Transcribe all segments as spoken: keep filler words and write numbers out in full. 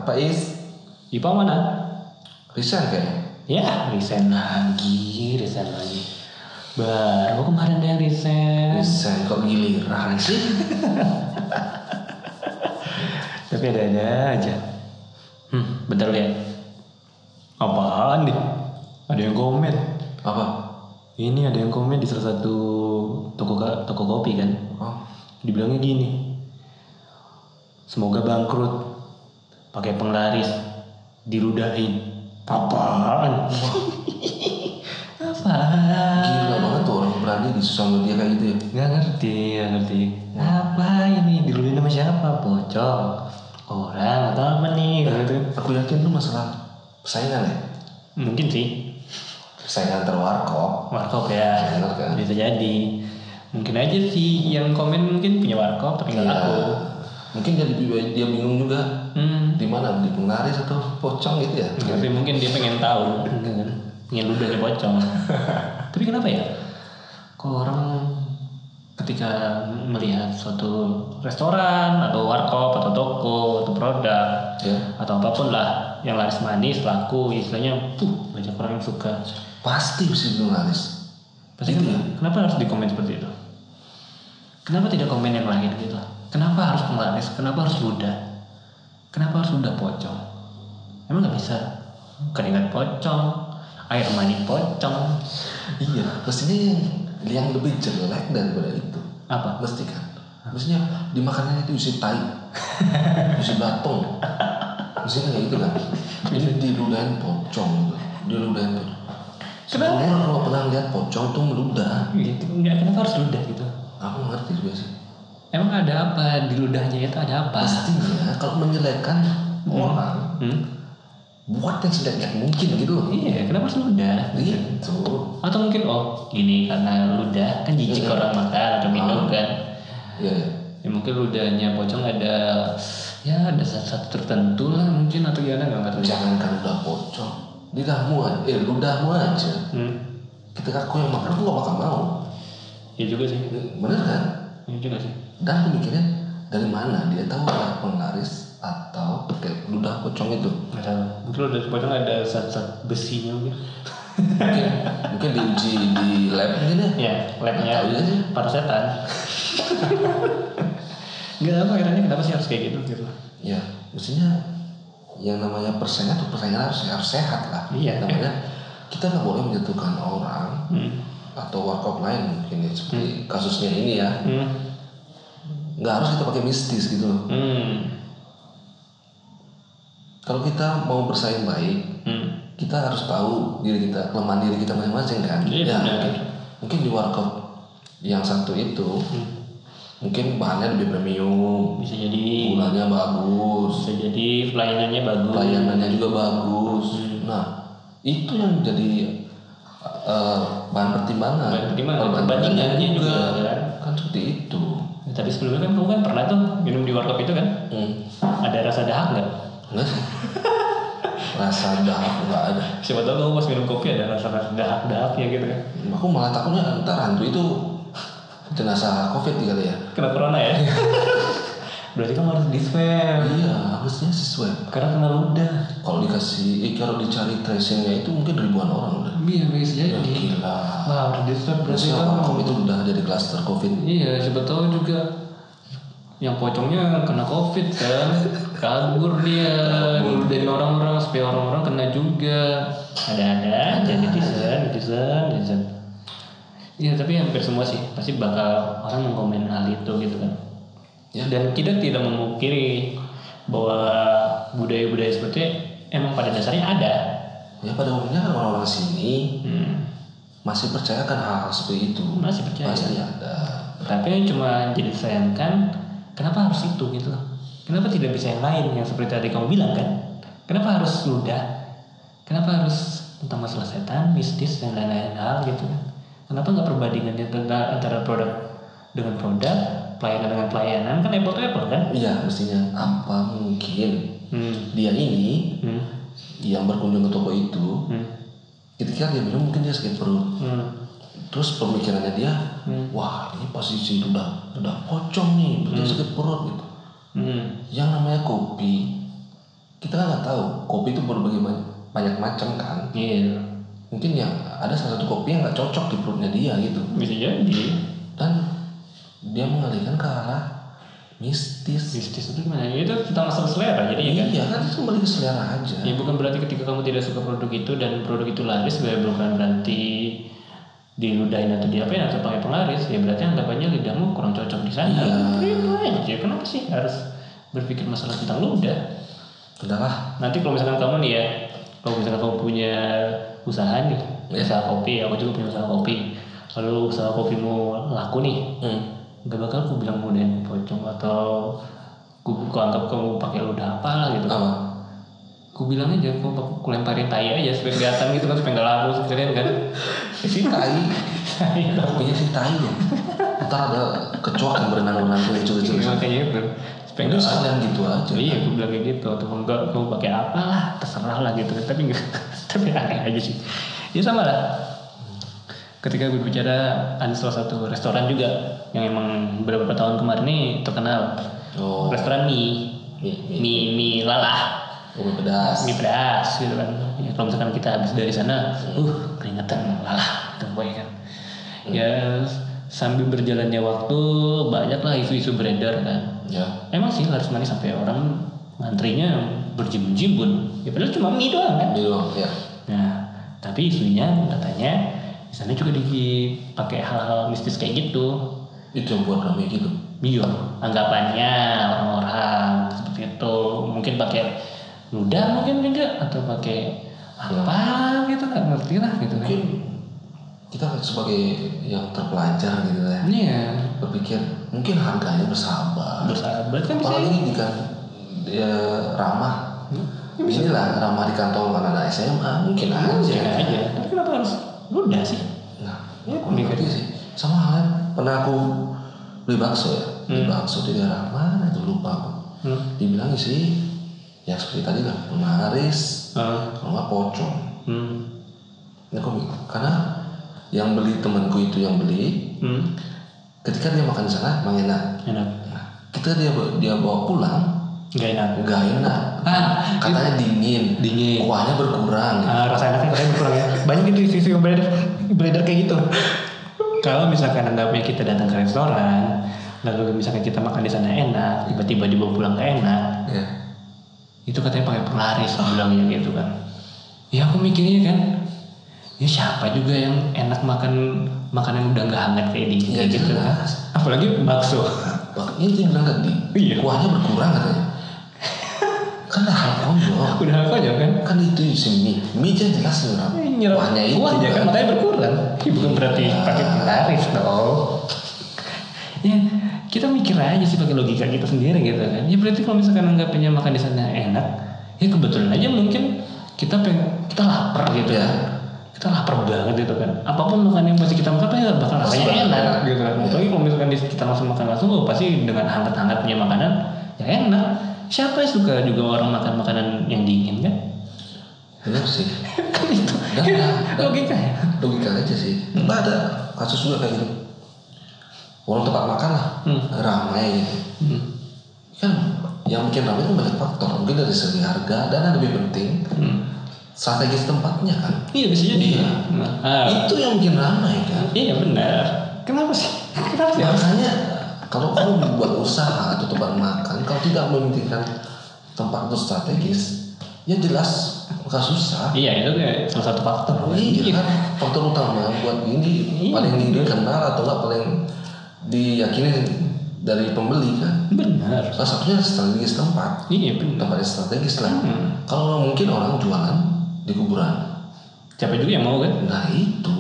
Apa Is? Ipa mana? Resign kayaknya. Ya, resign lagi, resign lagi. Baru kemarin dia resign. Resign kok giliran sih? Tapi ada-ada aja. Hmm, bentar lihat. Apaan nih? Ada yang komen. Apa? Ini ada yang komen di salah satu toko toko kopi kan. Oh. Dibilangnya gini. Semoga bangkrut. Pakai penglaris diludahin. Apaan? Apaan? Gila banget tuh orang berani di sosial media kayak gitu ya. Gak ngerti, gak ngerti. Apa ini diludahin sama siapa? Pocong, orang atau apa nih? Gitu. Aku yakin itu masalah persaingan ya. Mungkin sih. Persaingan antar warkop. Warkop ya. Benar kan? Bisa jadi. Mungkin aja sih yang komen mungkin punya warkop tapi nggak Iya. laku. Mungkin jadi dia bingung juga. Hmm. Di mana, di penglaris atau pocong gitu ya? Tapi mungkin dia pengen tahu, pengen ludahnya pocong. Tapi kenapa ya? Kok orang ketika melihat suatu restoran atau warkop atau toko atau produk Ya. atau apapun lah yang laris manis laku, istilahnya, puh banyak orang yang suka. Pasti mesti penglaris. Pasti Gitu kan, ya? kenapa harus dikomen seperti itu? Kenapa tidak komen yang lain gitu? Kenapa harus penglaris? Kenapa harus ludah? Kenapa harus ludah pocong? Emang nggak bisa keringat pocong, air mani pocong? Iya, mestinya yang yang lebih jelek daripada itu. Apa? Mesti kan? Mestinya di makanannya itu isi tai, isi batong. Mestinya kayak gitu kan? Ini diludahin pocong gitu. Diludahin pocong. Semua orang kalau pernah lihat pocong itu meludah. Gitu. Enggak, kenapa harus ludah gitu? Aku ngerti juga sih. Emang ada apa di ludahnya itu, ada apa? Pastinya kalau menyelekan orang, Hmm? buat yang sejelek mungkin gitu loh. Iya, kenapa harus ludah? Gitu. Atau mungkin oh ini karena ludah kan jijik Iya. orang makan atau minum Ah. kan? Iya. Ya. Ya mungkin ludahnya pocong ada ya ada satu tertentu lah mungkin atau gimana nggak ngerti. Jangankan ludah pocong, lidahmu aja, eh ludahmu aja. Hmm. Ketika aku yang makan, aku gak bakal mau. Ya juga sih. Bener kan? Ya juga sih. Dan aku mikirnya dari mana dia tahu lah penglaris atau kayak ludah pocong itu. Nggak tahu. Mungkin ludah pocong ada zat-zat besinya mungkin. Mungkin mungkin diuji di lab mungkin ya. Ya, labnya Nggak tahu ya sih. para setan. Nggak tahu akhirnya kenapa sih harus kayak gitu gitu. Ya, mestinya yang namanya persaingan tuh persaingan harus harus sehat lah. Iya. Namanya kita nggak boleh menjatuhkan orang Hmm. atau warkop lain mungkin ya, seperti kasusnya ini ya. Hmm. Nggak harus kita pakai mistis gitu loh. Hmm. Kalau kita mau bersaing baik, Hmm. kita harus tahu diri kita, kelemahan diri kita masing-masing kan. Iya, Ya, benar. mungkin, mungkin di warkop yang satu itu Hmm. mungkin bahannya lebih premium, Bisa jadi gulanya bagus, bisa jadi pelayanannya bagus. pelayanannya juga bagus. Hmm. Nah, itu yang jadi uh, bahan pertimbangan. Bahan pertimbangan, Perbandingan perbandingannya juga, kan? kan seperti itu. Ya, tapi sebelumnya kan kamu kan pernah tuh minum di warkop itu kan? Hmm. Ada rasa dahak nggak? Enggak sih. Rasa dahak nggak ada. Siapa tahu kamu pas minum kopi ada rasa rasa dahak dahaknya gitu kan? Aku malah takutnya ntar hantu itu jenazah covid kali ya. Kena corona ya? Berarti kamu harus di swab Iya, harusnya sih swab. karena kena ludah. Kalau dikasih, eh, kalau dicari tracingnya itu mungkin ribuan orang udah. Iya bisa Ya, jadi. gila. Wah harus di swab berarti Terusnya kan? warkop itu udah jadi klaster covid. Iya siapa tahu juga yang pocongnya kena covid kan, kabur dia, dan orang-orang supaya orang-orang kena juga. Ada-ada aja netizen, netizen, netizen. Iya tapi hampir semua sih pasti bakal orang mengkomen hal itu gitu kan. Ya. Dan kita tidak memungkiri bahwa budaya-budaya seperti itu emang pada dasarnya ada. Ya pada umumnya kan orang-orang sini Hmm. masih percaya kan hal-hal seperti itu. Masih percaya. Pasti ada. Tapi yang cuma jadi disayangkan kenapa harus itu gitu loh. Kenapa tidak bisa yang lain yang seperti tadi kamu bilang kan? Kenapa harus ludah? Kenapa harus tentang masalah setan, mistis dan lain-lain hal gitu kan? Kenapa nggak perbandingannya tentang antara produk dengan produk, pelayanan dengan pelayanan kan apple to apple kan? Iya, mestinya apa mungkin Hmm. dia ini Hmm. yang berkunjung ke toko itu, Hmm. ketika dia minum mungkin dia sakit perut. Hmm. Terus pemikirannya dia, Hmm. wah ini posisi udah udah pocong nih, betul Hmm. sakit perut gitu. Hmm. Yang namanya kopi kita kan nggak tahu kopi itu berbagai banyak macam kan. Iya. Mungkin ya ada salah satu kopi yang nggak cocok di perutnya dia gitu. Bisa jadi. Dan dia mengalihkan ke arah mistis. Mistis itu gimana? Itu tentang masalah selera jadi ya kan? Iya kan itu kembali ke selera aja. Ya bukan berarti ketika kamu tidak suka produk itu dan produk itu laris, bukan berarti diludahin atau diapain atau pakai penglaris. Ya berarti anggapannya lidahmu kurang cocok di sana. Iya. Itu aja. Kenapa sih harus berpikir masalah tentang ludah? Udahlah. Nanti kalau misalkan kamu nih ya, kalau misalkan kamu punya usaha nih, Ya. usaha kopi, aku juga punya usaha kopi. Lalu usaha kopimu laku nih, Hmm. nggak bakal aku bilang ludahin pocong atau aku, aku anggap kamu pakai ludah apalah gitu. Apa? Aku bilang aja, aku, aku lemparin tai aja supaya kelihatan gitu kan, supaya nggak laku sekalian kan. Si tai. Kopinya si tai loh. Ntar ada kecoa yang berenang-renang tuh lucu-lucu. Makanya itu. Itu sekalian gitu aja. Iya, aku bilang kayak gitu. Atau enggak, kamu pakai apa lah, terserah lah gitu. Tapi enggak, tapi aneh aja sih. Ya sama lah. Ketika berbicara ada salah satu restoran juga yang emang beberapa tahun kemarin nih terkenal. Oh. Restoran mie, Mie, mie. mie, mie lalah, Oh, mie pedas. mie pedas gitu kan. Ya, kalau misalkan kita habis dari sana, uh keringetan lalah, gitu boy kan. Ya sambil berjalannya waktu banyaklah isu-isu beredar kan. Ya. Emang sih laris manis sampai orang ngantrinya berjibun-jibun. Ya padahal cuma mie doang kan. Mie doang, ya. Nah, tapi isunya katanya di sana juga dipakai hal-hal mistis kayak gitu. Itu yang buat rame gitu. Iya, anggapannya orang-orang seperti itu mungkin pakai ludah mungkin juga atau pakai apa gitu nggak ngerti lah gitu kan. Mungkin kita sebagai yang terpelajar gitu ya. Iya. Berpikir mungkin harganya bersahabat. Bersahabat kan bisa. Apalagi di kan dia ramah. Hmm, Inilah ramah di kantong anak S M A mungkin aja. Mungkin aja. Tapi kenapa harus ludah sih? Nah, Ya, aku ngerti sih. Sama halnya pernah aku beli bakso ya. Beli Hmm. bakso di daerah mana itu lupa aku. Hmm. Dibilang sih ya seperti tadi lah penglaris, Ah. kalau nggak pocong. Hmm. Nah, aku, karena yang beli temanku itu yang beli, Hmm. ketika dia makan di sana emang enak. Enak. Nah, ketika dia dia bawa pulang Gak enak. nggak enak. Ah, Katanya dingin, Dingin. kuahnya berkurang. Ah, rasa enaknya katanya berkurang ya. Banyak itu isu-isu yang beredar, beredar kayak gitu. Kalau misalkan anggapnya kita datang ke restoran, lalu misalkan kita makan di sana enak, tiba-tiba dibawa pulang gak enak, Ya. itu katanya pakai penglaris bilangnya gitu kan. Ya aku mikirnya kan, ya siapa juga yang enak makan makanan udah nggak hangat kayak di Ya, kayak gitu kan. jelas. Apalagi bakso. Makanya dia bilang tadi, Iya. kuahnya berkurang katanya. Kan dah hal konyol. Udah apa aja kan? Kan itu isi mie, mie aja jelas nyerap. Nyerap Kuahnya itu. kuahnya kan makanya berkurang. Ya, bukan berarti Ya. pakai penglaris dong. Ya kita mikir aja sih pakai logika kita sendiri gitu kan. Ya berarti kalau misalkan anggapnya makan di sana enak, ya kebetulan aja mungkin kita pengen kita lapar gitu Ya. kan. Kita lapar banget gitu kan. Apapun makanan yang pasti kita makan pasti bakal Pasti rasanya bakal enak enak. gitu kan. Ya. Apalagi kalau misalkan di- kita langsung makan langsung, oh, pasti dengan hangat-hangatnya makanan ya enak. Siapa yang suka juga orang makan makanan yang dingin kan? Benar sih. Kan itu Dan, dan, dan logika ya. logika aja sih. Nggak ada kasus juga kayak gitu. Orang tempat makan lah, Hmm. ramai gitu. Hmm. Kan yang bikin ramai itu banyak faktor. Mungkin dari segi harga dan yang lebih penting Hmm. strategis tempatnya kan. Iya bisa jadi. Iya. Nah, ah, Itu yang bikin ramai kan. iya benar. Kenapa sih? Kenapa sih? Makanya kalau kamu buat usaha atau tempat makan, kalau tidak mementingkan tempat itu strategis, ya jelas bakal susah. Iya itu kayak salah satu faktor. Iya kan faktor utama buat ini Iya. paling dikenal atau nggak paling diyakini dari pembeli kan. Benar. Salah satunya strategis tempat, Iya benar. tempat yang strategis lah. Hmm. Kalau nggak mungkin orang jualan di kuburan, Siapa juga yang mau kan? nah itu.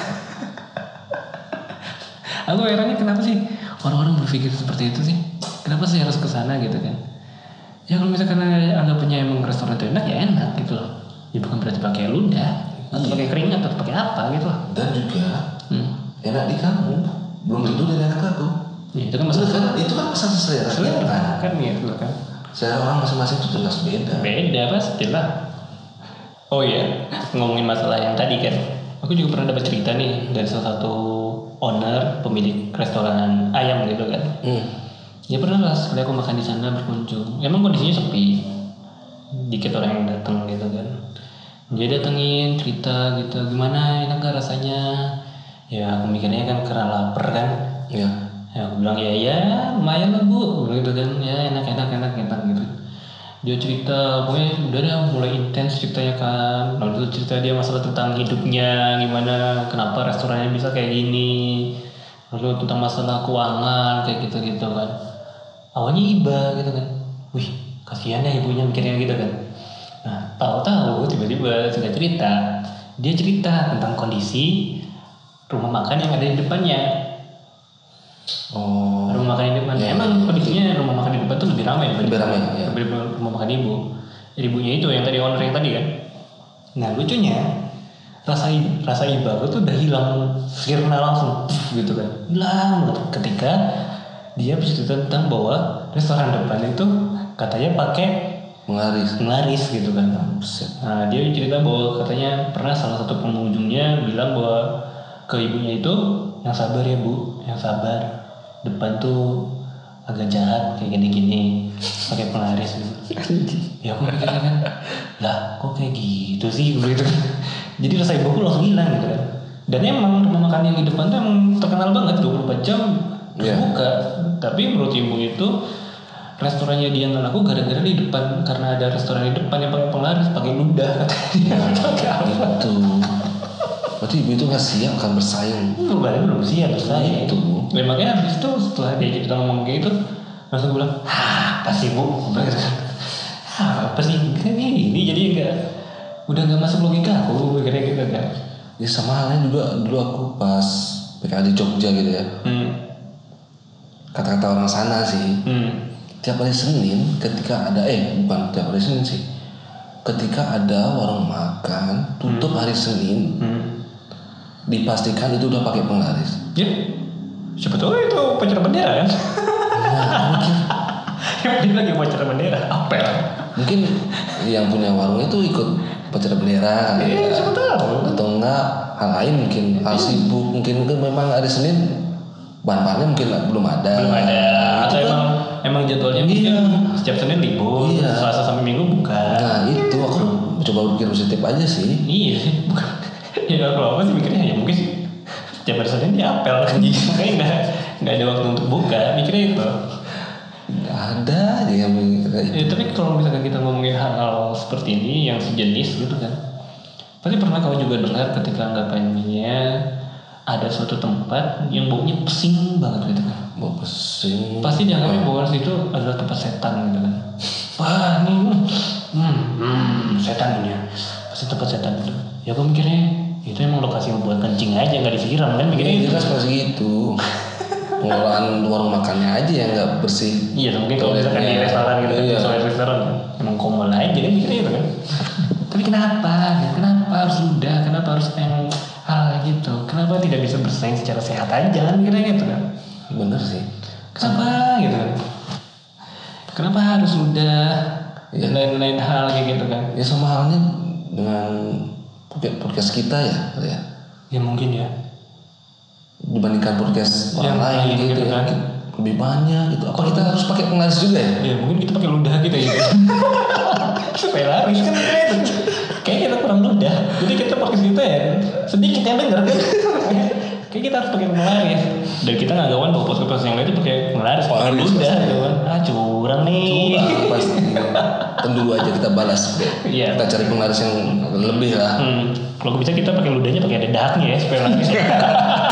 Aku herannya kenapa sih orang-orang berpikir seperti itu sih? Kenapa sih harus ke sana gitu kan? Ya kalau misalkan anggapnya emang restoran itu enak ya enak gitu loh. Ya bukan berarti pakai ludah atau Iya. pakai keringat atau pakai apa gitu loh. Dan juga Hmm. enak di kamu, belum tentu dia enak aku. Ya, itu kan masalah Kan itu kan masalah selera selera kita. kan gitu kan. Selera orang masing-masing itu jelas beda. Beda pastilah. Oh iya, ngomongin masalah yang tadi kan. Aku juga pernah dapat cerita nih dari salah satu owner pemilik restoran ayam gitu kan. Hmm. Ya pernah lah sekali aku makan di sana berkunjung. Emang kondisinya sepi. dikit orang yang datang gitu kan. Dia datengin cerita gitu, gimana enak gak rasanya? Ya aku mikirnya kan karena lapar kan. Iya. Ya aku bilang ya ya lumayan lah bu, gitu kan. Ya enak enak enak enak gitu. Dia cerita, pokoknya udah dah mulai intens ceritanya kan. Lalu cerita dia masalah tentang hidupnya, gimana, kenapa restorannya bisa kayak gini. Lalu tentang masalah keuangan kayak gitu-gitu kan. Awalnya iba gitu kan. Wih, kasihan ya ibunya mikirnya gitu kan. Nah, tahu-tahu tiba-tiba sudah cerita. Dia cerita tentang kondisi rumah makan yang ada di depannya. Oh. Rumah makan di depan. Ya, Emang ya, kondisinya rumah makan di depan tuh lebih ramai lebih ramai ya. Lebih rumah makan ibu. Ibunya itu yang tadi owner yang tadi kan. Nah lucunya rasa rasa iba aku tuh udah hilang sirna langsung gitu kan. Hilang ketika dia bercerita tentang bahwa restoran depan itu katanya pakai Menglaris. Menglaris gitu kan. Buset. Nah dia cerita bahwa katanya pernah salah satu pengunjungnya bilang bahwa ke ibunya itu yang sabar ya bu, yang sabar. Depan tuh agak jahat kayak gini-gini, pakai penglaris gitu. Ya aku mikirnya kan, lah kok kayak gitu sih gitu kan. Jadi rasa ibuku langsung hilang gitu kan. Dan emang rumah makan yang di depan tuh emang terkenal banget dua puluh empat jam Yeah. buka. Tapi menurut ibu itu restorannya dia nggak laku gara-gara di depan, karena ada restoran di depan yang pakai penglaris, pakai ludah katanya. Pakai apa? Itu. Berarti ibu itu nggak siap kan bersaing. Hmm, Belum belum siap bersaing. Itu. Nah, makanya habis itu setelah dia cerita ngomong kayak gitu, langsung gue bilang, hah apa sih bu? Hah apa sih? Kayak gini jadi enggak, udah nggak masuk logika aku kira gitu kan. Ya sama halnya juga dulu aku pas P K L di Jogja gitu ya. Hmm. Kata-kata orang sana sih. Hmm. Tiap hari Senin ketika ada eh bukan tiap hari Senin sih. Ketika ada warung makan tutup hmm. hari Senin, hmm. dipastikan itu udah pakai penglaris. Ya, siapa tahu itu pacar bendera kan? Nah, mungkin yang dia lagi pacar bendera, apel. Mungkin yang punya warung itu ikut pacar bendera kan? Iya, siapa tahu. Atau enggak hal lain mungkin hal sibuk mungkin kan memang hari Senin bahan-bahannya mungkin belum ada. Belum ada. Atau kan, emang emang jadwalnya iya. mungkin setiap Senin libur, iya. Selasa sampai Minggu buka. Nah itu aku coba berpikir positif aja sih. Iya sih, bukan. Ya kalau aku sih mikirnya ya mungkin setiap hari Senin dia apel kan, jadi nggak nggak ada waktu untuk buka, mikirnya itu. Nggak ada aja yang mikir kayak Ya, itu. tapi kalau misalkan kita ngomongin hal-hal seperti ini yang sejenis gitu kan, pasti pernah kau juga dengar ketika anggapannya ada suatu tempat yang baunya pesing banget gitu kan. Bau pesing. Pasti dianggapnya bahwa situ adalah tempat setan gitu kan. Wah ini hmm, hmm, setan ini ya. Pasti tempat setan gitu. Ya aku mikirnya itu emang lokasi yang buat kencing aja, nggak disiram kan mikirnya Iya gitu. jelas pasti gitu. Pengelolaan warung makannya aja yang nggak bersih. Iya mungkin kalau misalkan di restoran gitu kan, iya. soal restoran emang komol aja kan mikirnya gitu kan. Tapi kenapa? Kenapa harus ludah? Kenapa harus yang hal gitu? Kenapa tidak bisa bersaing secara sehat aja kan mikirnya gitu kan? Bener sih. Kenapa gitu kan? Kenapa harus ludah Iya. dan lain-lain hal kayak gitu kan? Ya sama halnya dengan podcast kita ya, ya. Ya mungkin ya. Dibandingkan podcast orang Yang lain lain gitu, gitu ya. kan. Lebih banyak gitu. Apa kita harus pakai penglaris juga ya? Ya mungkin kita pakai ludah kita gitu. Supaya laris kan mikirnya itu. Kayak kita kurang ludah. Jadi kita pakai situ ya sedikit yang denger kan. Kayak kita harus pakai penglaris. Dan kita nggak gawan bawa podcast yang lain itu pakai penglaris. Pakai ludah gitu kan. Ah curang nih. Curang pasti. Tunggu aja kita balas. Iya. Kita cari penglaris yang lebih lah. Hmm. Kalau bisa kita pakai ludahnya pakai ada dahaknya ya supaya laris.